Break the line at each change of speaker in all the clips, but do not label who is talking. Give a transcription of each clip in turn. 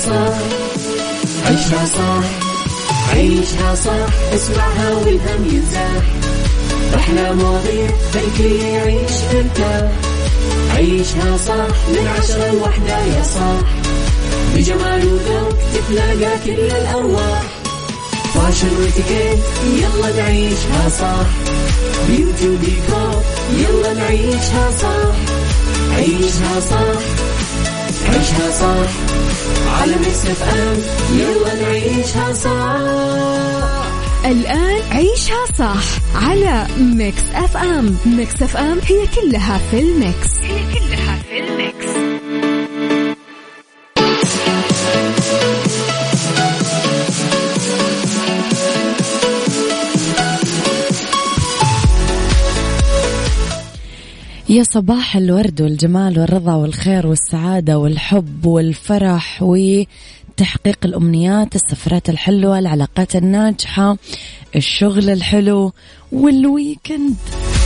صح عيشها صح عيشها صح اسمعها والهم ينزاح أحلى مواضيع خلي يعيش مرتاح عيشها صح من 10 ل1 يا صاح بجمال وذوق تتلاقى كل الأرواح فاشل واتيكيت يلا نعيشها صح بيوتي وديكور يلا نعيشها صح عيشها صح عيشها صح على ميكس اف ام يلا نعيشها صح.
الآن عيشها صح على ميكس اف ام. ميكس اف ام هي كلها في الميكس. يا صباح الورد والجمال والرضا والخير والسعادة والحب والفرح وتحقيق الأمنيات، السفرات الحلوة، العلاقات الناجحة، الشغل الحلو والويكند.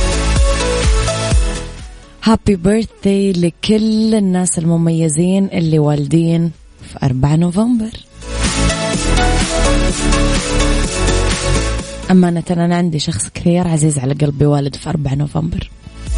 هابي بيرثدي لكل الناس المميزين اللي والدين في 4 نوفمبر. أمانة أنا عندي شخص كثير عزيز على قلبي والد في 4 نوفمبر.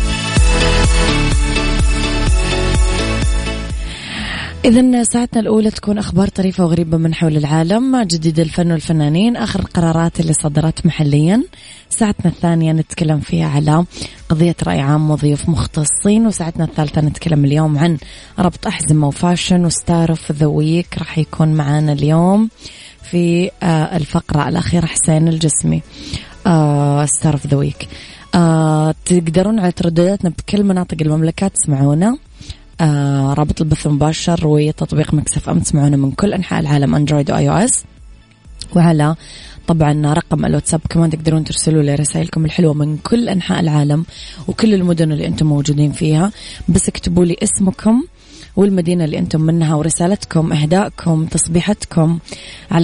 إذن ساعتنا الأولى تكون أخبار طريفة وغريبة من حول العالم، جديد الفن والفنانين، آخر القرارات اللي صدرت محليا. ساعتنا الثانية نتكلم فيها على قضية رأي عام وضيوف مختصين. وساعتنا الثالثة نتكلم اليوم عن ربط أحزمة وفاشن وستار اوف ذا ويك. راح يكون معانا اليوم في الفقرة الأخيرة حسين الجسمي ستار اوف ذا ويك. تقدرون على تردداتنا بكل مناطق المملكة تسمعونا. رابط البث المباشر وتطبيق ميكس اف ام تسمعونا من كل أنحاء العالم أندرويد وآي أو إس. وعلى طبعا رقم الواتساب كمان تقدرون ترسلوا لي رسائلكم الحلوة من كل أنحاء العالم وكل المدن اللي أنتم موجودين فيها. بس اكتبوا لي اسمكم والمدينة اللي أنتم منها ورسالتكم إهداءكم تصبيحتكم على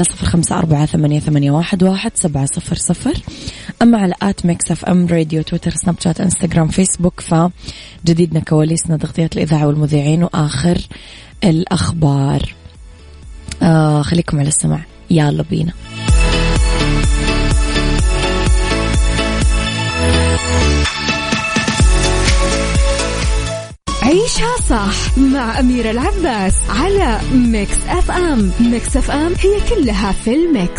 0548811700. أما على ميكس اف ام راديو تويتر سناب شات انستغرام فيسبوك فجديدنا كواليسنا تغطيات الإذاعة والمذيعين وآخر الأخبار. خليكم على السمع، يلا بينا. عيشها صح مع أميرة العباس على ميكس اف ام. ميكس اف ام هي كلها في الميكس.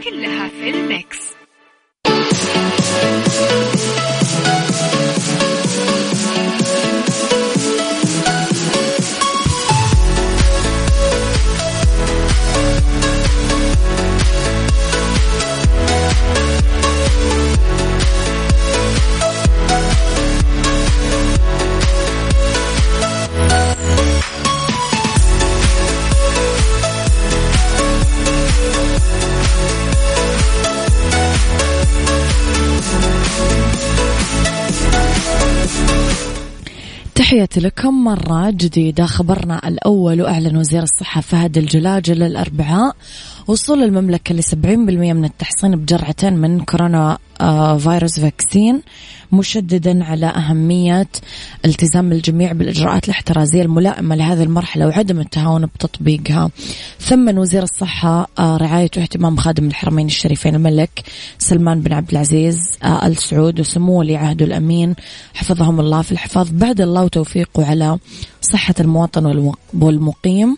تحياتي لكم مرة جديدة. خبرنا الأول، وأعلن وزير الصحة فهد الجلاجل الأربعاء وصول المملكة ل70% من التحصين بجرعتين من كورونا فيروس فاكسين، مشددا على أهمية التزام الجميع بالإجراءات الاحترازية الملائمة لهذه المرحلة وعدم التهاون بتطبيقها. ثمن وزير الصحة رعاية واهتمام خادم الحرمين الشريفين الملك سلمان بن عبد العزيز آل سعود وسمو ولي عهده الأمين حفظهم الله في الحفاظ بعد الله وتوفيقه على صحة المواطن والمقيم،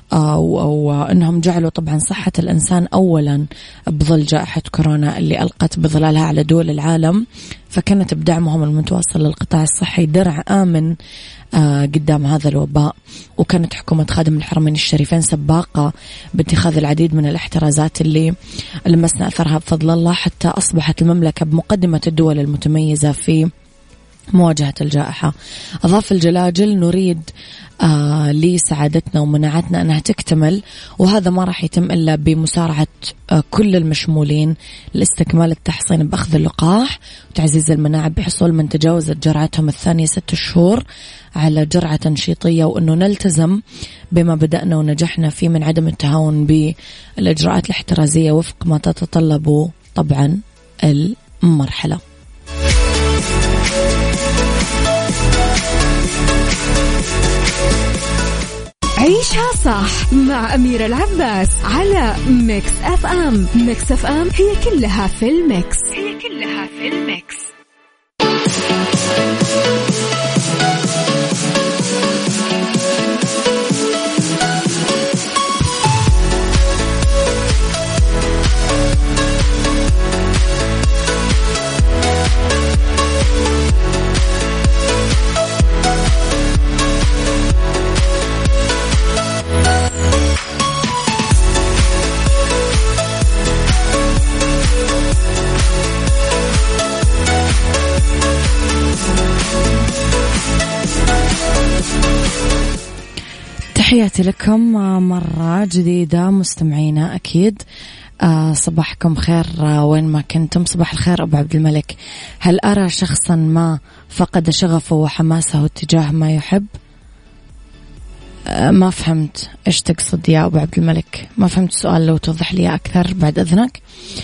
وأنهم جعلوا طبعا صحة الإنسان أولا بظل جائحة كورونا اللي ألقت بظلالها على دول العالم. فكانت بدعمهم المتواصل للقطاع الصحي درع آمن قدام هذا الوباء. وكانت حكومة خادم الحرمين الشريفين سباقة باتخاذ العديد من الاحترازات اللي لمسنا أثرها بفضل الله حتى أصبحت المملكة بمقدمة الدول المتميزة في مواجهة الجائحة. أضاف الجلاجل: نريد لسعادتنا ومناعتنا أنها تكتمل، وهذا ما راح يتم إلا بمسارعة كل المشمولين لاستكمال التحصين بأخذ اللقاح وتعزيز المناعة بحصول من تجاوزت جرعتهم الثانية 6 شهور على جرعة تنشيطية، وأنه نلتزم بما بدأنا ونجحنا فيه من عدم التهاون بالإجراءات الاحترازية وفق ما تتطلب طبعا المرحلة.
عيشها صح مع أميرة العباس على ميكس أف أم. ميكس أف أم هي كلها في الميكس.
تحياتي لكم مرة جديدة مستمعينا أكيد. صباحكم خير وين ما كنتم. صباح الخير أبو عبد الملك. هل أرى شخصا ما فقد شغفه وحماسه اتجاه ما يحب؟ ما فهمت إيش تقصد يا أبو عبد الملك، ما فهمت السؤال، لو توضح لي أكثر بعد إذنك.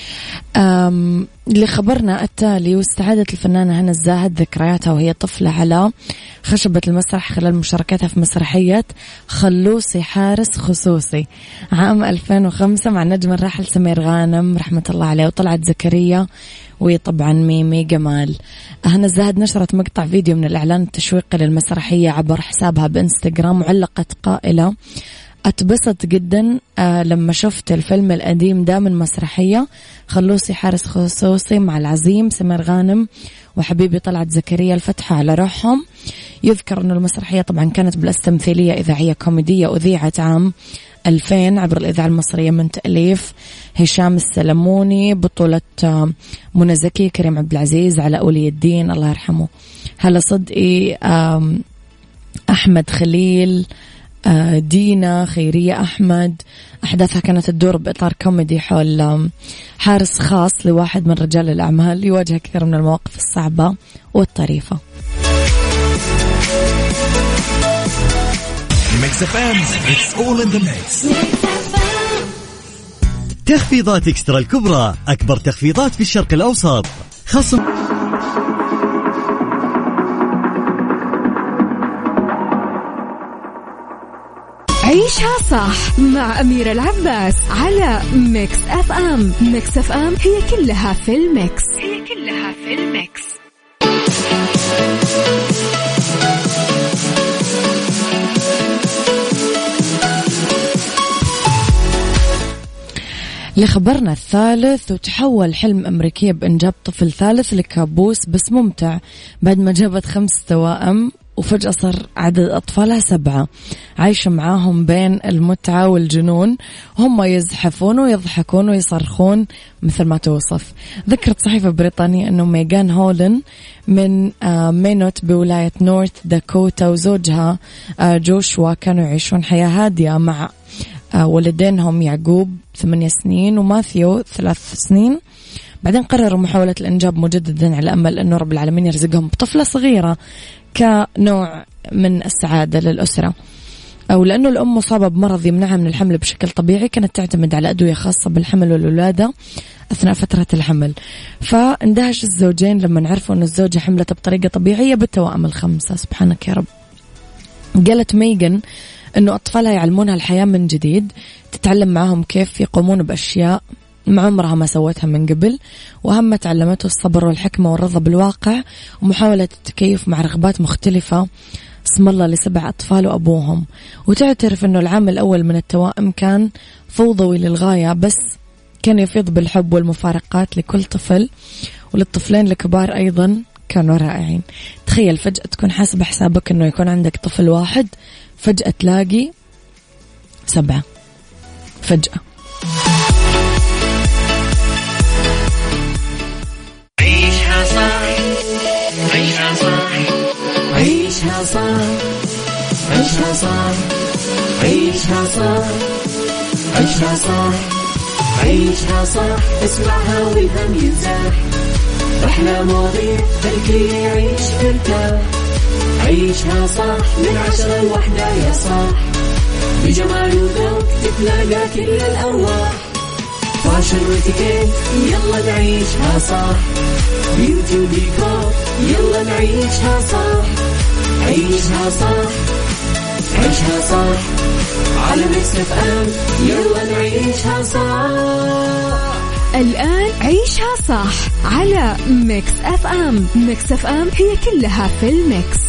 لخبرنا التالي: واستعادت الفنانة هنا الزاهد ذكرياتها وهي طفلة على خشبة المسرح خلال مشاركتها في مسرحية خلوصي حارس خصوصي عام 2005 مع النجم الراحل سمير غانم رحمة الله عليه وطلعت زكريا وطبعا ميمي جمال. هنا الزاهد نشرت مقطع فيديو من الإعلان التشويقي للمسرحية عبر حسابها بإنستغرام وعلقت قائلة: أتبسط جدا لما شفت الفيلم القديم ده من مسرحية خلوصي حارس خصوصي مع العظيم سمير غانم وحبيبي طلعت زكريا، الفتحة على روحهم. يذكر أن المسرحية طبعا كانت بلس تمثيلية إذاعية كوميدية أذيعت عام 2000 عبر الإذاعة المصرية من تأليف هشام السلموني، بطولة منى زكي، كريم عبد العزيز، علاء ولي الدين الله يرحمه، هلا صدقي، أحمد خليل، دينا، خيرية أحمد. أحداثها كانت تدور بإطار كوميدي حول حارس خاص لواحد من رجال الأعمال يواجه كثير من المواقف الصعبة والطريفة.
تخفيضات إكسترا الكبرى، أكبر تخفيضات في الشرق الأوسط، خصم.
عيشها صح مع أميرة العباس على ميكس أف أم. ميكس أف أم هي كلها في الميكس.
لخبرنا الثالث: وتحول حلم أمريكية بإنجاب طفل ثالث لكابوس بس ممتع بعد ما جابت 5 توائم وفجأة صار عدد أطفالها 7 عايشة معاهم بين المتعة والجنون، هم يزحفون ويضحكون ويصرخون مثل ما توصف. ذكرت صحيفة بريطانية أنه ميغان هولن من مينوت بولاية نورث داكوتا وزوجها جوشوا كانوا يعيشون حياة هادية مع ولدينهم يعقوب 8 سنين وماثيو 3 سنين. بعدين قرروا محاولة الإنجاب مجددا على أمل أنه رب العالمين يرزقهم بطفلة صغيرة كنوع من السعادة للأسرة، أو لأنه الأم مصابة بمرض يمنعها من الحمل بشكل طبيعي، كانت تعتمد على أدوية خاصة بالحمل والولادة أثناء فترة الحمل. فاندهش الزوجين لما عرفوا أن الزوجة حملت بطريقة طبيعية بالتوائم ال5. سبحانك يا رب. قالت ميغان أنه أطفالها يعلمونها الحياة من جديد، تتعلم معهم كيف يقومون بأشياء ما عمرها ما سوتها من قبل، وأهم تعلمته الصبر والحكمة والرضا بالواقع ومحاولة التكيف مع رغبات مختلفة. اسم الله ل7 أطفال وأبوهم. وتعترف أنه العام الأول من التوائم كان فوضوي للغاية، بس كان يفيض بالحب والمفارقات لكل طفل، وللطفلين الكبار أيضا كانوا رائعين. تخيل فجأة تكون حاسب حسابك أنه يكون عندك طفل واحد، فجأة تلاقي 7 فجأة.
عيشها صح، عيشها صح، عيشها صح، عيشها صح، عيشها صح، عيشها صح، عيشها صح، اسمعها والهم ينزاح، أحلى مواضيع الكل يعيش مرتاح، عيشها صح من 10 ل1 يا صاح، بجمال وذوق تتلاقى كل الأرواح، فاشل واتيكيت يلا نعيشها صح، بيوتي وديكور يلا نعيشها صح، عيشها صح، عيشها عيشها صح على ميكس اف ام. يلا نعيشها صح.
الآن عيشها صح على ميكس اف ام. ميكس اف ام هي كلها في الميكس.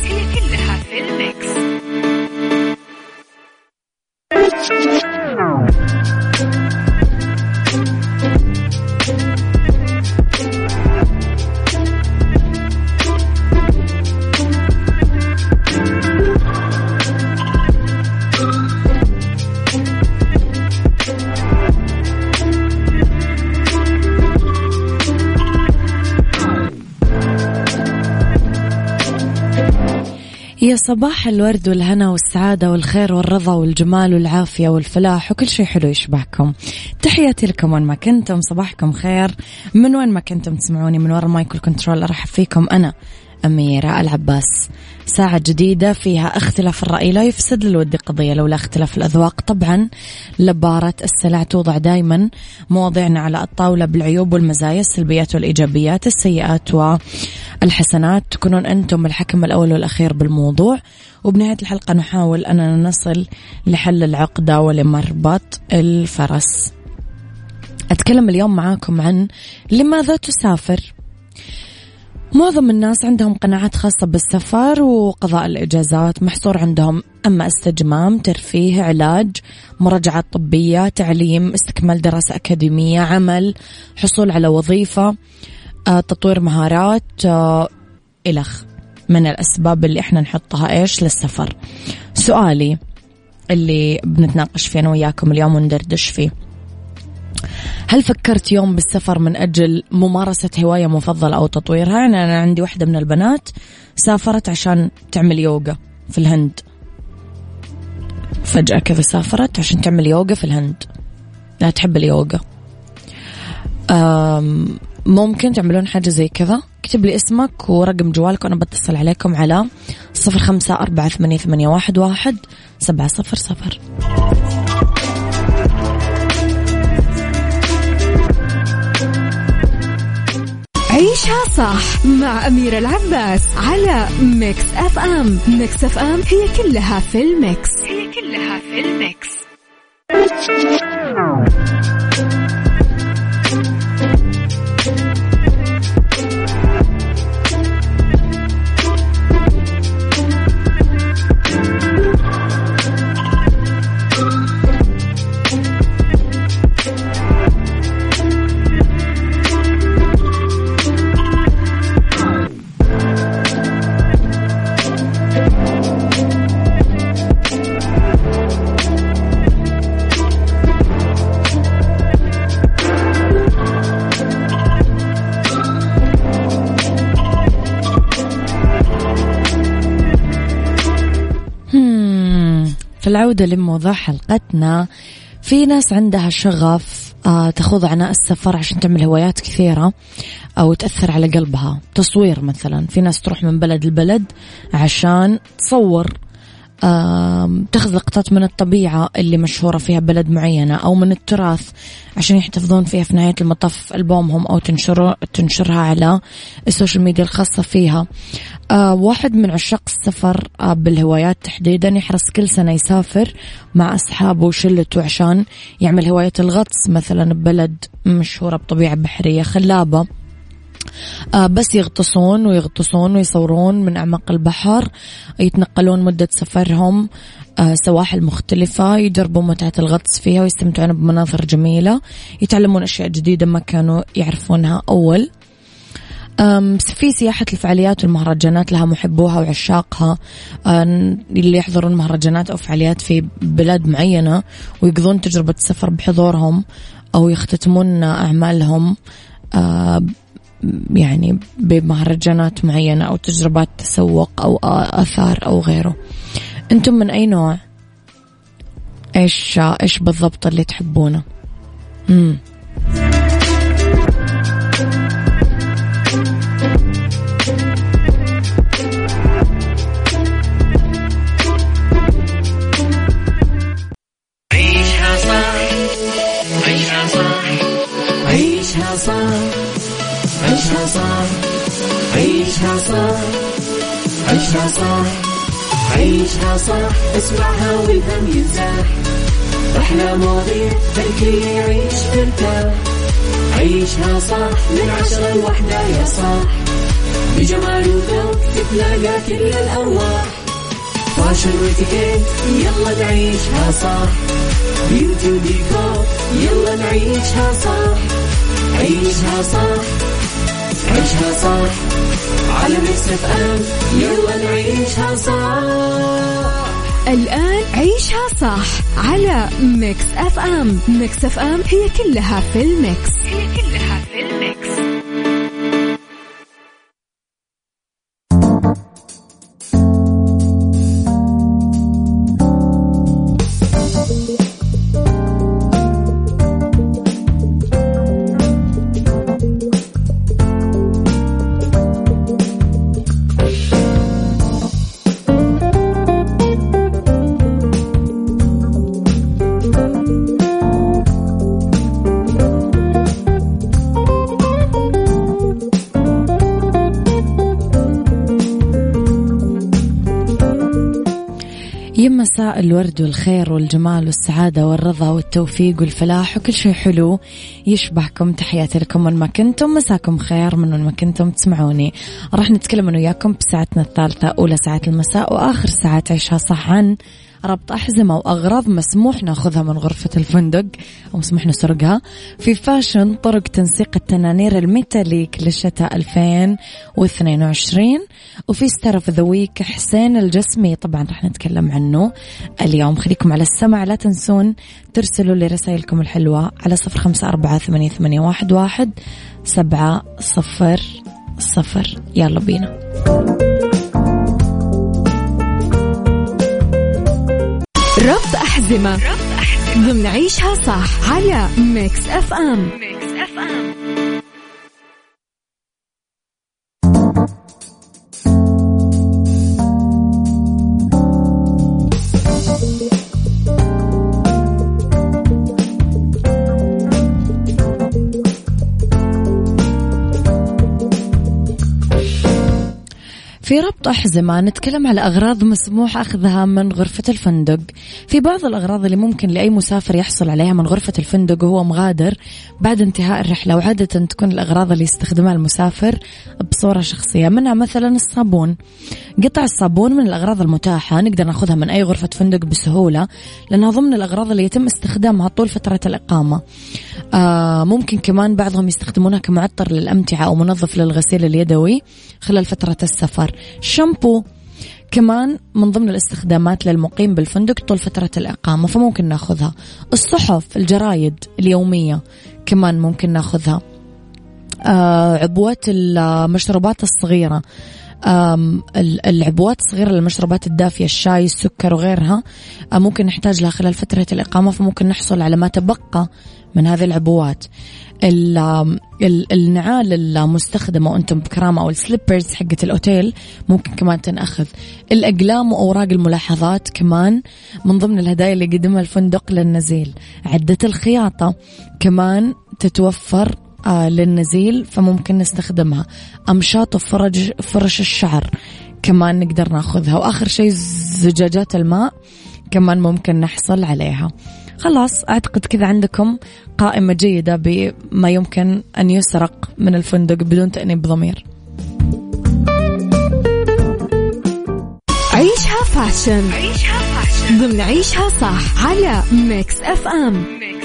يا صباح الورد والهنا والسعادة والخير والرضا والجمال والعافية والفلاح وكل شيء حلو يشبهكم. تحياتي لكم وين ما كنتم، صباحكم خير من وين ما كنتم تسمعوني. من وراء المايك والكنترول أرحب فيكم أنا أميرة العباس. ساعة جديدة فيها اختلاف الرأي لا يفسد للود قضية، لولا اختلاف الأذواق طبعا لبارة السلع. توضع دايما مواضيعنا على الطاولة بالعيوب والمزايا، السلبيات والإيجابيات، السيئات والحسنات. تكونون أنتم الحكم الأول والأخير بالموضوع، وبنهاية الحلقة نحاول أننا نصل لحل العقدة ولمربط الفرس. أتكلم اليوم معاكم عن لماذا تسافر. معظم الناس عندهم قناعات خاصة بالسفر وقضاء الإجازات، محصور عندهم أما استجمام، ترفيه، علاج، مراجعات طبية، تعليم، استكمال دراسة أكاديمية، عمل، حصول على وظيفة، تطوير مهارات، إلخ من الأسباب اللي إحنا نحطها إيش للسفر. سؤالي اللي بنتناقش فيه أنا وياكم اليوم وندردش فيه: هل فكرت يوم بالسفر من أجل ممارسة هواية مفضلة أو تطويرها؟ يعني أنا عندي واحدة من البنات سافرت عشان تعمل يوغا في الهند، فجأة كذا سافرت عشان تعمل يوغا في الهند، لا تحب اليوغا. ممكن تعملون حاجة زي كذا؟ اكتب لي اسمك ورقم جوالك وأنا بتصل عليكم على 0548811700.
عيشها صح مع أميرة العباس على ميكس اف ام. ميكس اف ام هي كلها في الميكس.
العودة لموضوع حلقتنا. في ناس عندها شغف تخوض عناء السفر عشان تعمل هوايات كثيرة أو تأثر على قلبها. تصوير مثلا، في ناس تروح من بلد لبلد عشان تصور، تاخذ لقطات من الطبيعة اللي مشهورة فيها بلد معينة أو من التراث عشان يحتفظون فيها في نهاية المطاف ألبومهم أو تنشرها على السوشيال ميديا الخاصة فيها. واحد من عشاق السفر بالهوايات تحديدا يحرص كل سنة يسافر مع أصحابه وشلته عشان يعمل هواية الغطس مثلا ببلد مشهورة بطبيعة بحرية خلابة. بس يغطسون ويصورون من أعماق البحر، يتنقلون مدة سفرهم سواحل مختلفة، يجربوا متعة الغطس فيها ويستمتعون بمناظر جميلة، يتعلمون أشياء جديدة ما كانوا يعرفونها أول. في سياحة الفعاليات والمهرجانات لها محبوها وعشاقها، اللي يحضرون مهرجانات أو فعاليات في بلاد معينة ويقضون تجربة السفر بحضورهم أو يختتمون أعمالهم يعني بمهرجانات معينة أو تجربات تسوق أو آثار أو غيره. أنتم من أي نوع؟ إيش بالضبط اللي تحبونه؟
عيشها صح، عيشها صح، عيشها صح، عيشها صح، عيشها صح، عيشها صح، عيشها صح اسمعها والهم ينزاح، أحلى مواضيع الكل يعيش ترتاح. عيشها صح من 10 ل1 يا صاح، بجمال وذوق تتلاقى كل الأرواح. فاشل واتيكيت يلا نعيشها صح، بيوتي وديكور يلا نعيشها صح. عيشها صح عيشها صح على ميكس اف ام يلا نعيشها صح.
الآن عيشها صح على ميكس اف ام. ميكس اف ام هي كلها في الميكس، هي كلها في الميكس.
مساء الورد والخير والجمال والسعادة والرضا والتوفيق والفلاح وكل شيء حلو يشبهكم. تحياتي لكم من ما كنتم، مساكم خير من ما كنتم تسمعوني. راح نتكلم أنا وياكم بساعتنا الثالثة أولى ساعات المساء وآخر ساعات عيشها صح عن ربط أحزمة وأغراض مسموح ناخذها من غرفة الفندق أو مسموح نسرقها، في فاشن طرق تنسيق التنانير الميتاليك للشتاء 2022، وفي ستارف ذا ويك حسين الجسمي طبعا راح نتكلم عنه اليوم. خليكم على السمع، لا تنسون ترسلوا لي رسائلكم الحلوة على 0548811700. يلا بينا.
ربط أحزمة ضمن عيشها صح على ميكس اف ام.
في ربط أحزمة نتكلم على أغراض مسموح أخذها من غرفة الفندق. في بعض الأغراض اللي ممكن لأي مسافر يحصل عليها من غرفة الفندق وهو مغادر بعد انتهاء الرحلة، وعادة تكون الأغراض اللي يستخدمها المسافر بصورة شخصية. منها مثلا الصابون. قطع الصابون من الأغراض المتاحة، نقدر نأخذها من أي غرفة فندق بسهولة لأنها ضمن الأغراض اللي يتم استخدامها طول فترة الإقامة. ممكن كمان بعضهم يستخدمونها كمعطر للأمتعة أو منظف للغسيل اليدوي خلال فترة السفر. شامبو كمان من ضمن الاستخدامات للمقيم بالفندق طول فترة الإقامة، فممكن ناخذها. الصحف، الجرايد اليومية كمان ممكن ناخذها. عبوات المشروبات الصغيرة، العبوات الصغيرة للمشروبات الدافية، الشاي، السكر وغيرها، ممكن نحتاج لها خلال فترة الإقامة، فممكن نحصل على ما تبقى من هذه العبوات. النعال المستخدمة وأنتم بكرامة أو السليبرز حقة الأوتيل ممكن كمان تنأخذ. الأقلام وأوراق الملاحظات كمان من ضمن الهدايا اللي قدمها الفندق للنزيل. عدة الخياطة كمان تتوفر للنزيل فممكن نستخدمها. أمشاط وفرش الشعر كمان نقدر ناخذها. وآخر شيء زجاجات الماء كمان ممكن نحصل عليها. خلاص أعتقد كذا عندكم قائمة جيدة بما يمكن أن يسرق من الفندق بدون تأنيب ضمير.
عيشها فاشن ضمن عيشها صح على ميكس اف ام.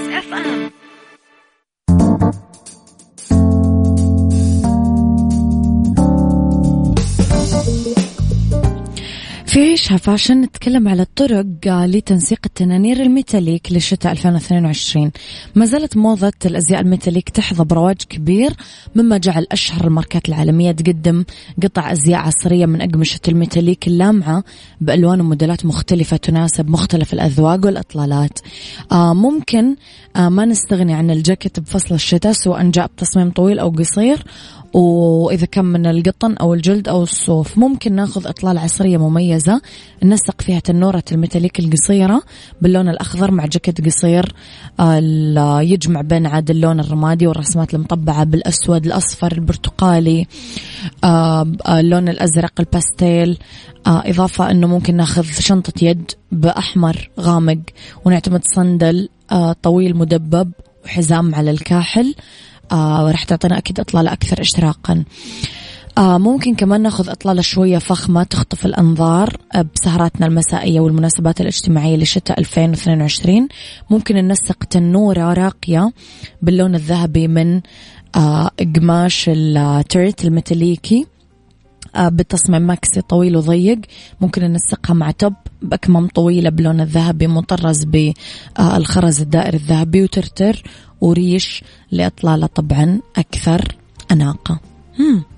في عيشها فاشن نتكلم على الطرق لتنسيق التنانير الميتاليك للشتاء 2022. ما زالت موضة الأزياء الميتاليك تحظى برواج كبير، مما جعل أشهر الماركات العالمية تقدم قطع أزياء عصرية من أقمشة الميتاليك اللامعة بألوان وموديلات مختلفة تناسب مختلف الأذواق والأطلالات. ممكن ما نستغني عن الجاكيت بفصل الشتاء سواء جاء بتصميم طويل أو قصير، وإذا كان من القطن أو الجلد أو الصوف. ممكن ناخذ إطلالة عصرية مميزة ننسق فيها تنورة الميتاليك القصيرة باللون الأخضر مع جاكيت قصير يجمع بين عاد اللون الرمادي والرسمات المطبعة بالأسود، الأصفر، البرتقالي، اللون الأزرق، الباستيل. إضافة أنه ممكن ناخذ شنطة يد بأحمر غامق، ونعتمد صندل طويل مدبب وحزام على الكاحل، ورح تعطينا أكيد إطلالة أكثر إشراقا. ممكن كمان ناخذ إطلالة شوية فخمة تخطف الأنظار بسهراتنا المسائية والمناسبات الاجتماعية لشتاء 2022. ممكن ننسق تنورة راقية باللون الذهبي من قماش التيرت الميتاليكي بتصميم ماكسي طويل وضيق. ممكن ننسقها مع توب بأكمام طويلة بلون الذهبي مطرز بالخرز الدائري الذهبي، وترتر وريش لإطلالة طبعا أكثر أناقة.